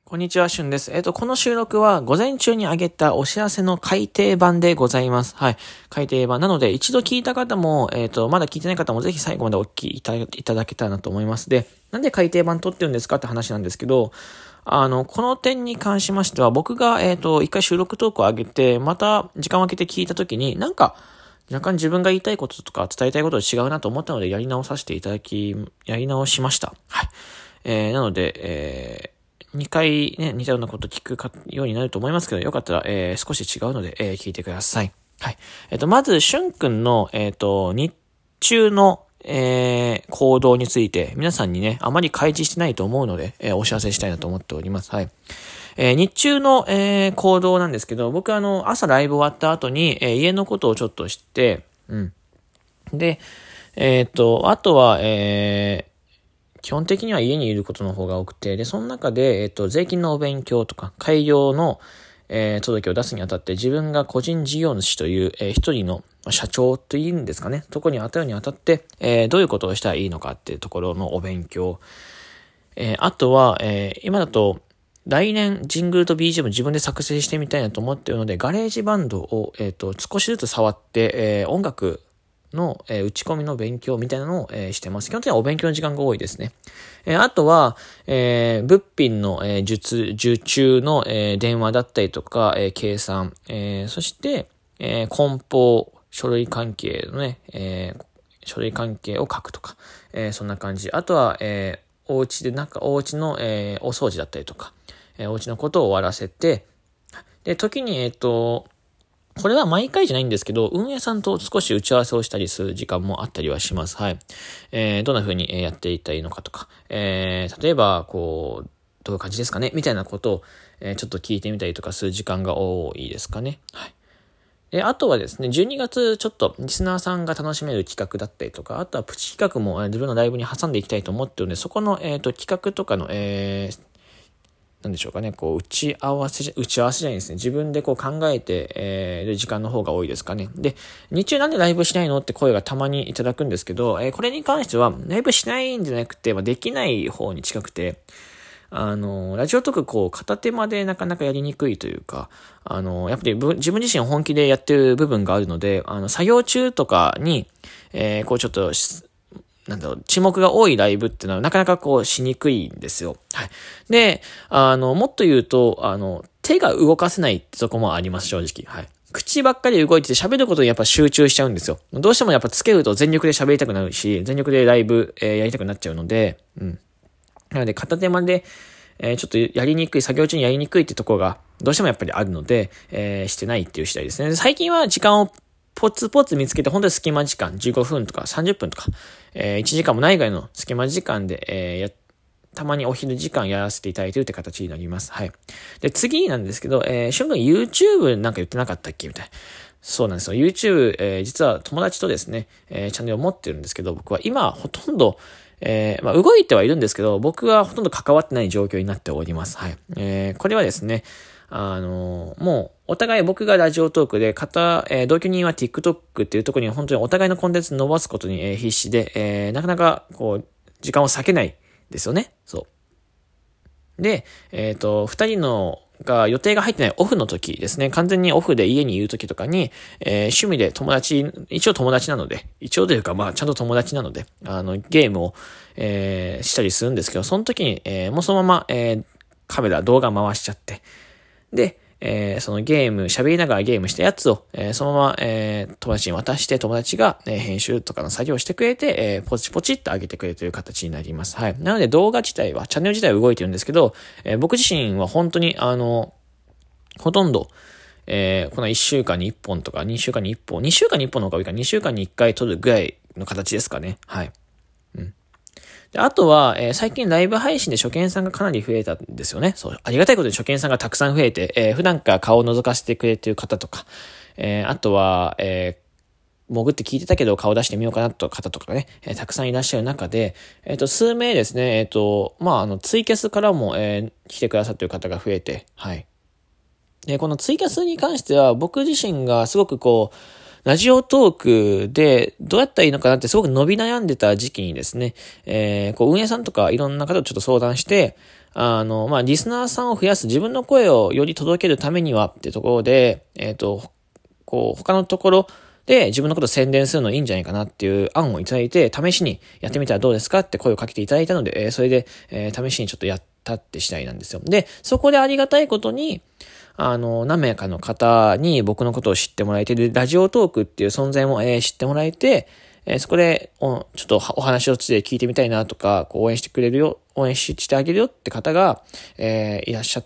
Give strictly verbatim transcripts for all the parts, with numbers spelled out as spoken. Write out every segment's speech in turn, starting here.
こんにちは、しゅんです。えっと、この収録は午前中に上げたお知らせの改訂版でございます。はい。改訂版。なので、一度聞いた方も、えっと、まだ聞いてない方もぜひ最後までお聞きいたいただけたらなと思います。で、なんで改訂版撮ってるんですかって話なんですけど、あの、この点に関しましては、僕が、えっと、一回収録トークを上げて、また時間を空けて聞いたときに、なんか、若干自分が言いたいこととか伝えたいことと違うなと思ったので、やり直させていただき、やり直しました。はい。えー、なので、えー、にかいね、似たようなこと聞くかようになると思いますけど、よかったら、えー、少し違うので、えー、聞いてください。はい。えっと、まず、しゅんくんの、えっと、日中の、えー、行動について、皆さんにね、あまり開示してないと思うので、えー、お知らせしたいなと思っております。はい。えー、日中の、えー、行動なんですけど、僕はあの、朝ライブ終わった後に、えー、家のことをちょっと知って、うん。で、えっと、あとは、えー、基本的には家にいることの方が多くて、で、その中で、えっと、税金のお勉強とか、開業の、えー、届を出すにあたって、自分が個人事業主という、えー、一人の社長というんですかね、とこに当たるにあたって、えー、どういうことをしたらいいのかっていうところのお勉強。えー、あとは、えー、今だと、来年、ジングルと ビージーエム 自分で作成してみたいなと思っているので、ガレージバンドを、えっと、少しずつ触って、えー、音楽、の、えー、打ち込みの勉強みたいなのを、えー、してます。基本的にはお勉強の時間が多いですね。えー、あとは、えー、物品の、えー、術、受注の、えー、電話だったりとか、えー、計算、えー、そして、えー、梱包、書類関係のね、えー、書類関係を書くとか、えー、そんな感じ。あとは、えー、お家で、なんか、お家の、えー、お掃除だったりとか、えー、お家のことを終わらせて、で、時に、えっと、これは毎回じゃないんですけど、運営さんと少し打ち合わせをしたりする時間もあったりはします。はい。えー、どんな風にやっていったらいいのかとか、えー、例えば、こう、どういう感じですかねみたいなことを、えー、ちょっと聞いてみたりとかする時間が多いですかね。はい。で、あとはですね、じゅうにがつちょっとリスナーさんが楽しめる企画だったりとか、あとはプチ企画も自分のライブに挟んでいきたいと思ってるので、そこの、えっと、企画とかの、えー、なんでしょうかね、こう、打ち合わせじゃ、打ち合わせじゃないですね。自分でこう考えて、えー、る時間の方が多いですかね。で、日中なんでライブしないのって声がたまにいただくんですけど、えー、これに関しては、ライブしないんじゃなくて、まあ、できない方に近くて、あの、ラジオトークこう、片手間でなかなかやりにくいというか、あの、やっぱり自分自身本気でやってる部分があるので、あの、作業中とかに、えー、こうちょっと、なんだろう、沈黙が多いライブっていうのはなかなかこうしにくいんですよ。はい。で、あの、もっと言うと、あの、手が動かせないってとこもあります、正直。はい。口ばっかり動いてて喋ることにやっぱ集中しちゃうんですよ。どうしてもやっぱつけると全力で喋りたくなるし、全力でライブ、えー、やりたくなっちゃうので、うん。なので片手間で、えー、ちょっとやりにくい、作業中にやりにくいってところがどうしてもやっぱりあるので、えー、してないっていう次第ですね。最近は時間をポツポツ見つけて、本当に隙間時間、じゅうごふんとかさんじゅっぷんとか、えー、いちじかんもないぐらいの隙間時間で、えー、や、たまにお昼時間やらせていただいているって形になります。はい。で、次なんですけど、えー、しゅんくん YouTube なんか言ってなかったっけみたいな。そうなんですよ。YouTube、えー、実は友達とですね、えー、チャンネルを持ってるんですけど、僕は今ほとんど、えー、まあ、動いてはいるんですけど、僕はほとんど関わってない状況になっております。はい。えー、これはですね、あのー、もう、お互い僕がラジオトークで、片、えー、同居人は TikTok っていうところに本当にお互いのコンテンツ伸ばすことに、えー、必死で、えー、なかなか、こう、時間を割けないですよね。そう。で、えっと、二人の、が予定が入ってないオフの時ですね。完全にオフで家にいる時とかに、えー、趣味で友達、一応友達なので、一応というかまあちゃんと友達なので、あの、ゲームを、えー、したりするんですけど、その時に、えー、もうそのまま、えー、カメラ、動画回しちゃって、で、えー、そのゲーム、喋りながらゲームしたやつを、えー、そのまま、えー、友達に渡して、友達が、えー、編集とかの作業をしてくれて、えー、ポチポチっと上げてくれるという形になります。はい。なので動画自体は、チャンネル自体は動いてるんですけど、えー、僕自身は本当に、あの、ほとんど、えー、このいっしゅうかんにいっぽんとか、にしゅうかんにいっぽん、にしゅうかんにいっぽんの方が多いから、にしゅうかんにいっかい撮るぐらいの形ですかね。はい。うん。で、あとは、えー、最近ライブ配信で初見さんがかなり増えたんですよね。そう。ありがたいことに初見さんがたくさん増えて、えー、普段から顔を覗かせてくれている方とか、えー、あとは、えー、潜って聞いてたけど顔出してみようかなと方とかね、えー、たくさんいらっしゃる中で、えっと、数名ですね、えっと、まあ、あの、ツイキャスからも、えー、来てくださっている方が増えて、はい。で、このツイキャスに関しては、僕自身がすごくこう、ラジオトークでどうやったらいいのかなってすごく伸び悩んでた時期にですね、えー、こう運営さんとかいろんな方とちょっと相談して、 あの、まあ、リスナーさんを増やす、自分の声をより届けるためにはってところで、えっと、こう、他のところで自分のことを宣伝するのいいんじゃないかなっていう案をいただいて、試しにやってみたらどうですかって声をかけていただいたので、えー、それで、えー、試しにちょっとやったって次第なんですよ。で、そこでありがたいことに、あの、何名かの方に僕のことを知ってもらえて、で、ラジオトークっていう存在も、えー、知ってもらえて、えー、そこでお、ちょっとお話をついて聞いてみたいなとか、こう応援してくれるよ、応援ししてあげるよって方が、えー、いらっしゃって、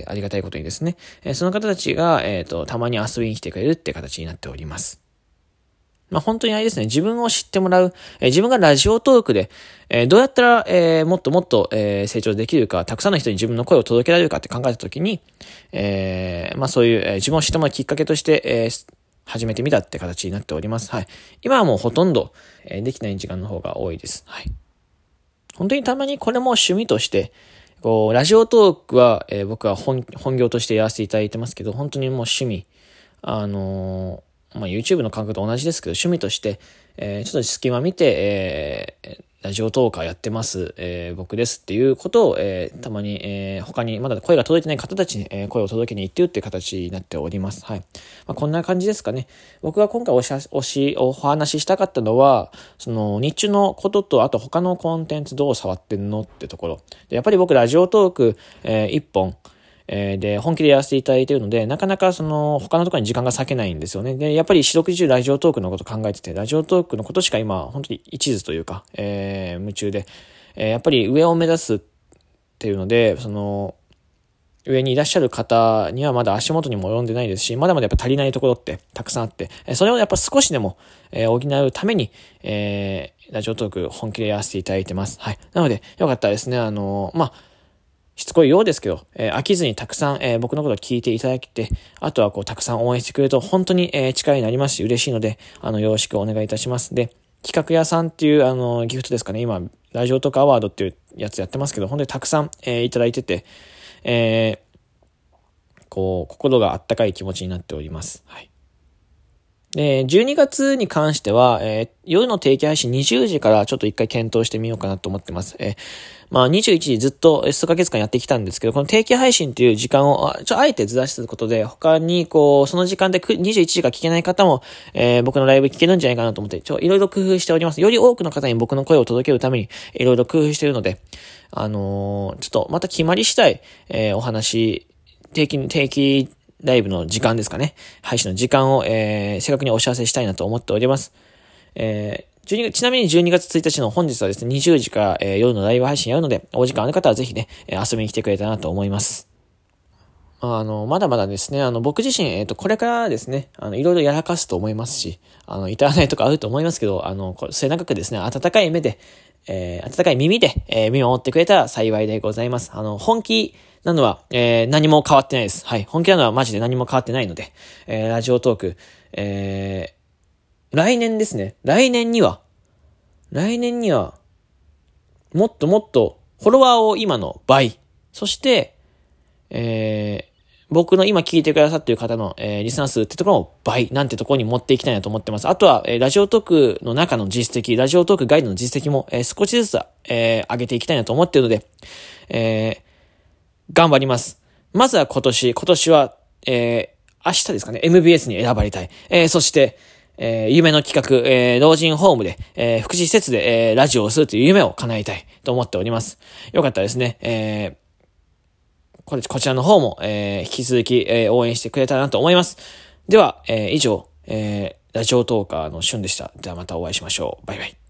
ありがたいことにですね、えー、その方たちが、えっと、たまに遊びに来てくれるって形になっております。まあ、本当にあれですね、自分を知ってもらう、えー、自分がラジオトークで、えー、どうやったら、えー、もっともっと、えー、成長できるか、たくさんの人に自分の声を届けられるかって考えたときに、えー、まあそういう、えー、自分を知ってもらうきっかけとして、えー、始めてみたって形になっております。はい。今はもうほとんど、えー、できない時間の方が多いです。はい。本当にたまにこれも趣味として、こう、ラジオトークは、えー、僕は本、本業としてやらせていただいてますけど、本当にもう趣味、あのー、まあ、YouTube の感覚と同じですけど、趣味として、えー、ちょっと隙間見て、えー、ラジオトーカーやってます、えー、僕ですっていうことを、えー、たまに、えー、他にまだ声が届いてない方たちに、えー、声を届けに行ってるっていう形になっております。はい。まあ、こんな感じですかね。僕が今回おしゃ、おし、お話ししたかったのは、その、日中のことと、あと他のコンテンツどう触ってんのってところ。でやっぱり僕ラジオトーク、えー、一本、えー、で、本気でやらせていただいているので、なかなかその、他のところに時間が割けないんですよね。で、やっぱり四六時中ラジオトークのこと考えてて、ラジオトークのことしか今、本当に一途というか、えー、夢中で、えー、やっぱり上を目指すっていうので、その、上にいらっしゃる方にはまだ足元にも及んでないですし、まだまだやっぱ足りないところってたくさんあって、それをやっぱ少しでも、えー、補うために、えー、ラジオトーク本気でやらせていただいてます。はい。なので、よかったらですね、あのー、まあ、しつこいようですけど、えー、飽きずにたくさん、えー、僕のことを聞いていただいて、あとはこう、たくさん応援してくれると本当に、えー、力になりますし、嬉しいので、あの、よろしくお願いいたします。で、企画屋さんっていう、あの、ギフトですかね、今、ラジオトークアワードっていうやつやってますけど、本当にたくさん、えー、いただいてて、えー、こう、心があったかい気持ちになっております。はい。で、じゅうにがつに関しては、えー、夜の定期配信にじゅうじからちょっと一回検討してみようかなと思ってます。えー、まあにじゅういちじずっと数ヶ月間やってきたんですけど、この定期配信っていう時間を、あちょ、あえてずらすことで、他にこう、その時間でにじゅういちじが聞けない方も、えー、僕のライブ聞けるんじゃないかなと思って、ちょ、いろいろ工夫しております。より多くの方に僕の声を届けるために、いろいろ工夫しているので、あのー、ちょっとまた決まり次第、えー、お話、定期、定期、ライブの時間ですかね。配信の時間を、えー、正確にお知らせしたいなと思っております。えー、じゅうにがつ、ちなみにじゅうにがつついたちの本日はですね、にじゅうじから、えー、夜のライブ配信やるので、お時間ある方はぜひね、遊びに来てくれたらなと思います。あの、まだまだですね、あの、僕自身、えっと、これからですね、あの、いろいろやらかすと思いますし、あの、至らないとかあると思いますけど、あの、末永くですね、温かい目で、えー、温かい耳で、えー、見守ってくれたら幸いでございます。あの、本気、なのは、えー、何も変わってないです。はい。本気なのはマジで何も変わってないので、えー、ラジオトーク、えー、来年ですね。来年には、来年には、もっともっと、フォロワーを今の倍、そして、えー、僕の今聞いてくださっている方の、えー、リスナー数ってところを倍なんてところに持っていきたいなと思ってます。あとは、えー、ラジオトークの中の実績、ラジオトークガイドの実績も、えー、少しずつ、えー、上げていきたいなと思っているので、えー、頑張ります。まずは今年、今年は、えー、明日ですかね、エムビーエス に選ばれたい。えー、そして、えー、夢の企画、えー、老人ホームで、えー、福祉施設で、えー、ラジオをするという夢を叶えたいと思っております。よかったですね。えー、これ、こちらの方も、えー、引き続き、えー、応援してくれたらなと思います。では、えー、以上、えー、ラジオトーカーのシュンでした。ではまたお会いしましょう。バイバイ。